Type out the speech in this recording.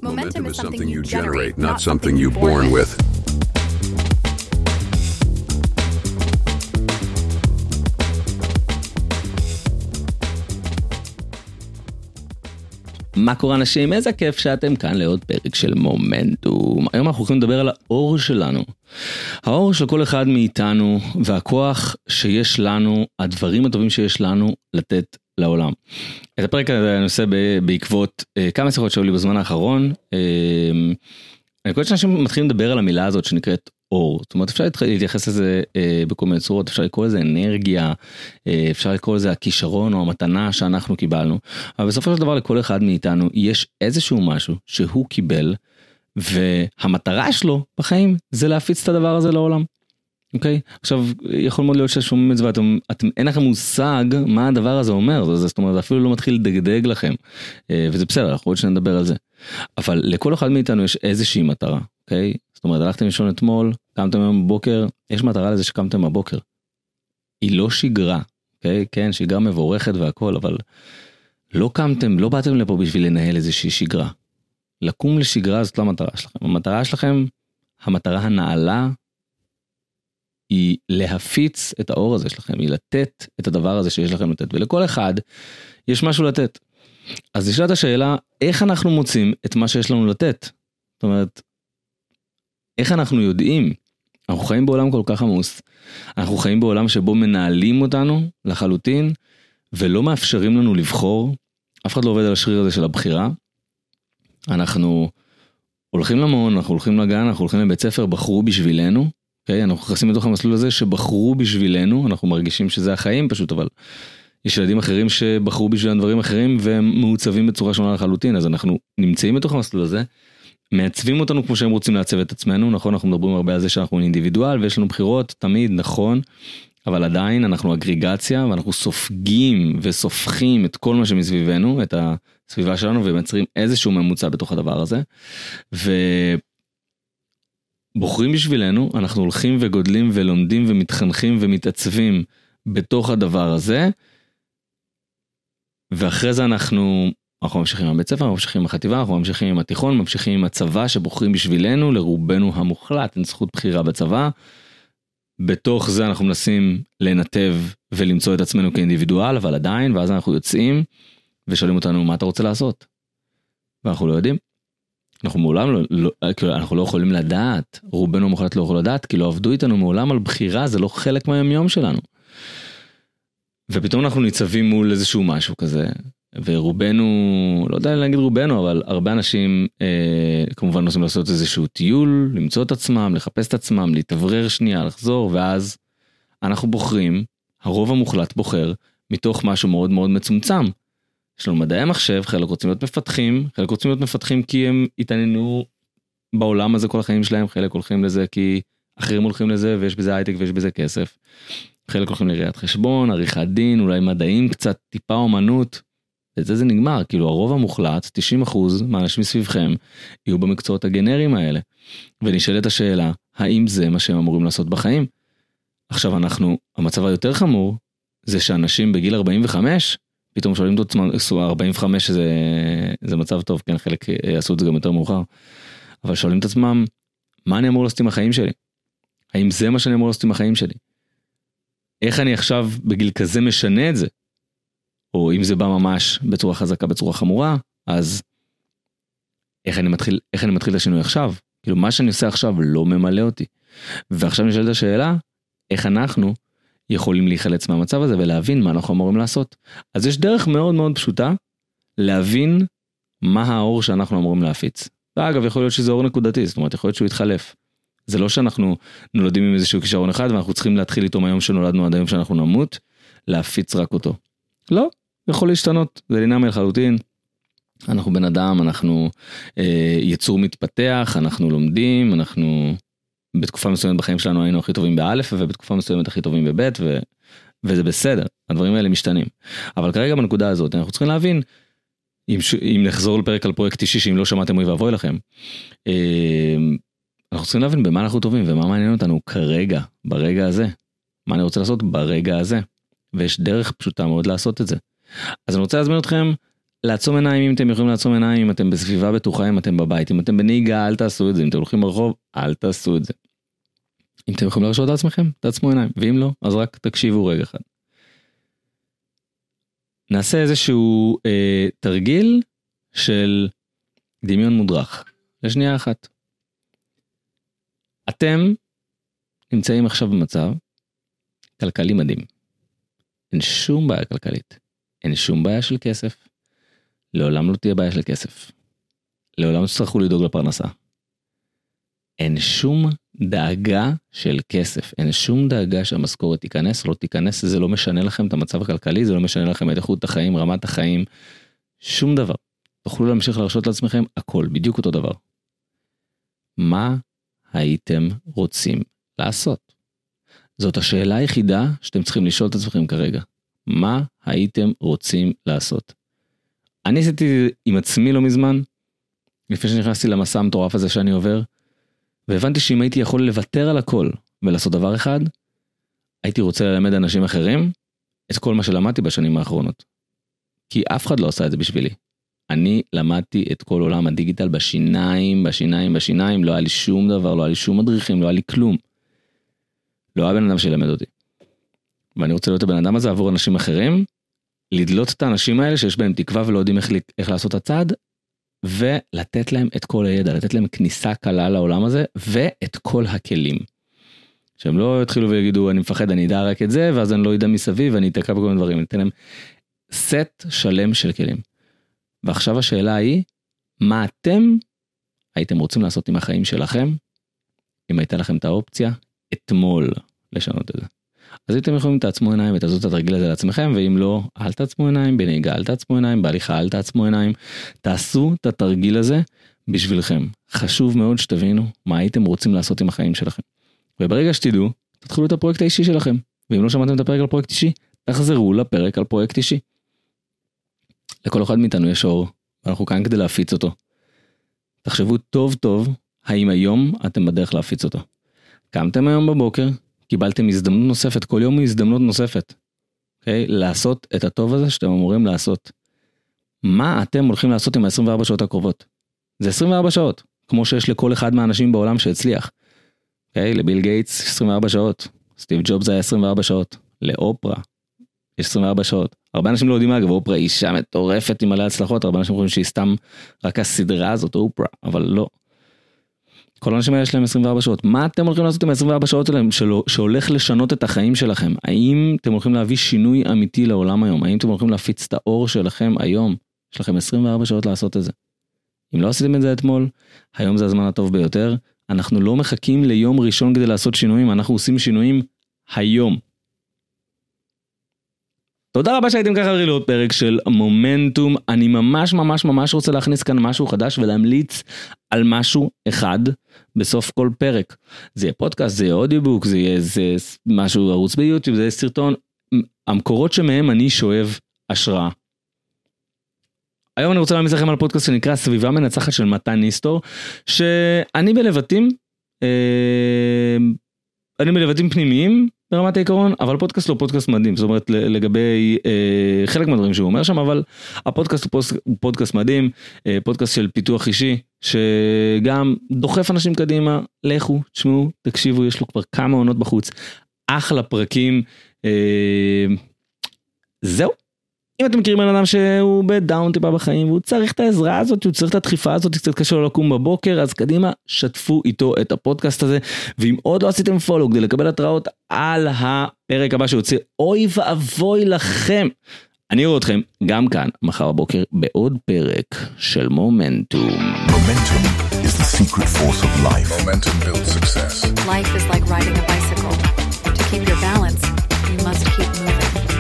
Momentum is something you generate, not something you're born with. מה קורה אנשים? איזה כיף שאתם כאן לעוד פרק של מומנטום. היום אנחנו הולכים לדבר על האור שלנו. האור של כל אחד מאיתנו והכוח שיש לנו, הדברים הטובים שיש לנו לתת לעולם. את הפרק הזה אני עושה בעקבות כמה שיחות שהיו לי בזמן האחרון. אני חושב שאנשים מתחילים לדבר על המילה הזאת שנקראת אור. זאת אומרת, אפשר להתייחס לזה בכל מיני צורות, אפשר לקרוא לזה אנרגיה, אפשר לקרוא לזה הכישרון או המתנה שאנחנו קיבלנו, אבל בסופו של דבר לכל אחד מאיתנו יש איזשהו משהו שהוא קיבל, והמטרה שלו בחיים זה להפיץ את הדבר הזה לעולם. אוקיי? עכשיו, יכול מאוד להיות ששומעים את זה, ואתם אין לכם מושג מה הדבר הזה אומר, זאת אומרת, זה אפילו לא מתחיל לדגדג לכם, וזה בסדר, אנחנו עוד שנדבר על זה. אבל לכל אחד מאיתנו יש איזושהי מטרה, אוקיי? זאת אומרת, הלכתם לישון אתמול, קמתם היום בבוקר, יש מטרה לזה שקמתם בבוקר. היא לא שגרה, אוקיי? כן, שגרה מבורכת והכל, אבל לא קמתם, לא באתם לפה בשביל לנהל איזושהי שגרה. לקום לשגרה זאת לא המטרה שלכם. המטרה שלכם, המטרה הנעלה, היא להפיץ את האור הזה שלכם, היא לתת את הדבר הזה שיש לכם לתת, ולכל אחד יש משהו לתת. אז נשאלת השאלה, איך אנחנו מוצאים את מה שיש לנו לתת? זאת אומרת, איך אנחנו יודעים? אנחנו חיים בעולם כל כך עמוס, אנחנו חיים בעולם שבו מנהלים אותנו לחלוטין, ולא מאפשרים לנו לבחור, אף אחד לא עובד על השריר הזה של הבחירה, אנחנו הולכים למעון, אנחנו הולכים לגן, אנחנו הולכים לבית ספר, בחרו בשבילנו, okay, אנחנו נכנסים לתוך המסלול הזה שבחרו בשבילנו, אנחנו מרגישים שזה החיים פשוט, אבל יש ילדים אחרים שבחרו בשביל דברים אחרים, והם מעוצבים בצורה שונה לחלוטין, אז אנחנו נמצאים בתוך המסלול הזה, מעצבים אותנו כמו שהם רוצים לעצב את עצמנו, נכון, אנחנו מדברים הרבה על זה שאנחנו אינדיבידואל, ויש לנו בחירות, תמיד, נכון, אבל עדיין אנחנו אגריגציה, ואנחנו סופגים וסופחים את כל מה שמסביבנו, את הסביבה שלנו, ומייצרים איזשהו ממוצע בתוך הדבר הזה, בוחרים בשבילנו, אנחנו הולכים וגודלים ולומדים ומתחנכים ומתעצבים בתוך הדבר הזה, ואחרי זה אנחנו ממשיכים עם הבית ספר, אנחנו ממשיכים עם החטיבה, אנחנו ממשיכים עם התיכון, ממשיכים עם הצבא שבוחרים בשבילנו, לרובנו המוחלט, אין זכות בחירה בצבא, בתוך זה אנחנו מנסים לנתב ולמצוא את עצמנו כאינדיבידואל, אבל עדיין, ואז אנחנו יוצאים ושואלים אותנו מה אתה רוצה לעשות, ואנחנו לא יודעים. אנחנו מעולם אנחנו לא יכולים לדעת, רובנו מוחלט לא יכול לדעת, כי לא עבדו איתנו מעולם על בחירה, זה לא חלק מהיום שלנו. ופתאום אנחנו ניצבים מול איזשהו משהו כזה, ורובנו, לא יודע להגיד רובנו, אבל הרבה אנשים כמובן נוסעים לעשות איזשהו טיול, למצוא את עצמם, לחפש את עצמם, להתאוורר שנייה, לחזור, ואז אנחנו בוחרים, הרוב המוחלט בוחר, מתוך משהו מאוד מאוד מצומצם. יש לנו מדעי המחשב, חלק רוצים להיות מפתחים, חלק רוצים להיות מפתחים כי הם התעניינו בעולם הזה כל החיים שלהם, חלק הולכים לזה כי אחרים הולכים לזה ויש בזה הייטק ויש בזה כסף. חלק הולכים לראיית חשבון, עריכת דין, אולי מדעים קצת, טיפה אומנות, וזה נגמר, כאילו הרוב המוחלט, 90% מהאנשים סביבכם, יהיו במקצועות הגנריים האלה. ונשאלת השאלה, האם זה מה שהם אמורים לעשות בחיים? עכשיו המצב היותר חמור, זה שאנשים בגיל 45, פתאום שואלים את עצמם, 45 זה מצב טוב, כן, חלק יעשו את זה גם יותר מאוחר, אבל שואלים את עצמם, מה אני אמור לעשות עם החיים שלי? האם זה מה שאני אמור לעשות עם החיים שלי? איך אני עכשיו בגיל כזה משנה את זה? או אם זה בא ממש בצורה חזקה, בצורה חמורה, אז איך אני מתחיל את השינוי עכשיו? כאילו מה שאני עושה עכשיו לא ממלא אותי. ועכשיו נשאלת השאלה, איך אנחנו יכולים להיחלץ מהמצב הזה ולהבין מה אנחנו אמורים לעשות. אז יש דרך מאוד מאוד פשוטה להבין מה האור שאנחנו אמורים להפיץ. ואגב, יכול להיות שזה אור נקודתי, זאת אומרת, יכול להיות שהוא יתחלף. זה לא שאנחנו נולדים עם איזשהו כישרון אחד, ואנחנו צריכים להתחיל איתו מהיום שנולדנו עד היום שאנחנו נמות, להפיץ רק אותו. לא, יכול להשתנות, זה דינמי לחלוטין. אנחנו בן אדם, אנחנו יצור מתפתח, אנחנו לומדים, אנחנו בתקופה מסוימת בחיים שלנו היינו הכי טובים באלף, ובתקופה מסוימת הכי טובים בבית, וזה בסדר, הדברים האלה משתנים. אבל כרגע בנקודה הזאת, אנחנו צריכים להבין, אם נחזור לפרק על פרויקט אישי, שאם לא שמעתם אוי ואבוי לכם, אנחנו צריכים להבין במה אנחנו טובים, ומה מעניין אותנו כרגע, ברגע הזה. מה אני רוצה לעשות ברגע הזה. ויש דרך פשוטה מאוד לעשות את זה. אז אני רוצה להזמין אתכם לעצום עיניים אם אתם יכולים לעצום עיניים, אם אתם בסביבה בטוחה, אם אתם בבית, אם אתם בנהיגה, אל תעשו את זה, אם אתם הולכים ברחוב, אל תעשו את זה. אם אתם יכולים להרשות לעצמכם, תעצמו עיניים, ואם לא, אז רק תקשיבו רגע אחד. נעשה איזשהו תרגיל של דמיון מודרך, לשנייה אחת. אתם נמצאים עכשיו במצב כלכלי מדהים. אין שום בעיה כלכלית. אין שום בעיה של כסף. לעולם לא תהיה בעיה של כסף. לעולם תצטרכו לדאוג לפרנסה. אין שום דאגה של כסף. אין שום דאגה שהמשכורת תיכנס, לא תיכנס, זה לא משנה לכם את המצב הכלכלי, זה לא משנה לכם את איכות החיים, רמת החיים, שום דבר. תוכלו להמשיך להרשות לעצמכם הכל, בדיוק אותו דבר. מה הייתם רוצים לעשות? זאת השאלה היחידה שאתם צריכים לשאול את עצמכם כרגע. מה הייתם רוצים לעשות? אני עשיתי עם עצמי לא מזמן, לפני שנכנסתי למסע המטורף הזה שאני עובר, והבנתי שאם הייתי יכול לוותר על הכל ולעשות דבר אחד, הייתי רוצה ללמד אנשים אחרים את כל מה שלמדתי בשנים האחרונות. כי אף אחד לא עשה את זה בשבילי. אני למדתי את כל עולם הדיגיטל בשיניים, לא היה לי שום דבר, לא היה לי שום מדריכים, לא היה לי כלום. לא היה בן אדם שילמד אותי. ואני רוצה להיות הבן אדם הזה עבור אנשים אחרים, לדלות את האנשים האלה שיש בהם תקווה ולא יודעים איך לעשות את הצעד, ולתת להם את כל הידע, לתת להם כניסה קלה לעולם הזה, ואת כל הכלים. שהם לא יתחילו ויגידו, אני מפחד, אני אדע רק את זה, ואז אני לא ידע מסביב, ואני אתקע בכל מיני דברים. ניתן להם סט שלם של כלים. ועכשיו השאלה היא, מה אתם הייתם רוצים לעשות עם החיים שלכם, אם הייתה לכם את האופציה, אתמול לשנות את זה. אז אם אתם יכולים תעצמו עיניים ותעשו את התרגיל הזה לעצמכם, ואם לא, אל תעצמו עיניים, בנהיגה אל תעצמו עיניים, בהליכה אל תעצמו עיניים, תעשו את התרגיל הזה בשבילכם. חשוב מאוד שתבינו מה הייתם רוצים לעשות עם החיים שלכם. וברגע שתדעו, תתחילו את הפרויקט האישי שלכם. ואם לא שמעתם את הפרק על פרויקט אישי, תחזרו לפרק על פרויקט אישי. לכל אחד מאיתנו יש אור, ואנחנו כאן כדי להפיץ אותו. תחשבו טוב טוב, האם היום אתם בדרך להפיץ אותו. קמתם היום בבוקר, קיבלתם הזדמנות נוספת, כל יום הוא הזדמנות נוספת. לעשות את הטוב הזה שאתם אמורים לעשות. מה אתם הולכים לעשות עם ה-24 שעות הקרובות? זה 24 שעות, כמו שיש לכל אחד מהאנשים בעולם שהצליח. לביל גייטס 24 שעות, סטיב ג'ובס היה 24 שעות, לאופרה יש 24 שעות. הרבה אנשים לא יודעים אגב, אופרה אישה מטורפת עם מלא הצלחות, הרבה אנשים חושבים שהיא סתם רק הסדרה הזאת, אופרה, אבל לא. כל האנשים האלה יש להם 24 שעות. מה אתם הולכים לעשות עם 24 שעות שלהם שהולך לשנות את החיים שלכם? האם אתם הולכים להביא שינוי אמיתי לעולם היום? האם אתם הולכים להפיץ את האור שלכם היום? יש לכם 24 שעות לעשות את זה. אם לא עשיתם את זה אתמול, היום זה הזמן הטוב ביותר. אנחנו לא מחכים ליום ראשון כדי לעשות שינויים, אנחנו עושים שינויים היום. תודה רבה שהייתם ככה לראות פרק של מומנטום. אני ממש רוצה להכניס כאן משהו חדש ולהמליץ על משהו אחד בסוף כל פרק. זה יהיה פודקאסט, זה יהיה אודיובוק, זה יהיה משהו ערוץ ביוטיוב, זה יהיה סרטון. המקורות שמהם אני שואב השראה. היום אני רוצה להמליץ לכם על פודקאסט שנקרא סביבה מנצחת של מתן ניסטור, שאני בלבטים פנימיים, ברמת העיקרון, אבל פודקאסט לא פודקאסט מדהים, זאת אומרת לגבי חלק מהדברים שהוא אומר שם, אבל הפודקאסט הוא פודקאסט מדהים, פודקאסט של פיתוח אישי, שגם דוחף אנשים קדימה, לכו, תשמעו, תקשיבו, יש לו כבר כמה עונות בחוץ, אחלה פרקים, זהו. אם אתם מכירים בן אדם שהוא בדאון טיפה בחיים, והוא צריך את העזרה הזאת, הוא צריך את הדחיפה הזאת, קצת קשה לו לקום בבוקר, אז קדימה, שתפו איתו את הפודקאסט הזה, ואם עוד לא עשיתם פולו, כדי לקבל התראות על הפרק הבא שיוצא, אוי ואבוי לכם. אני רואה אתכם גם כאן, מחר בבוקר, בעוד פרק של מומנטום. Momentum is the secret force of life. Momentum builds success. Life is like riding a bicycle. To keep your balance, you must keep moving.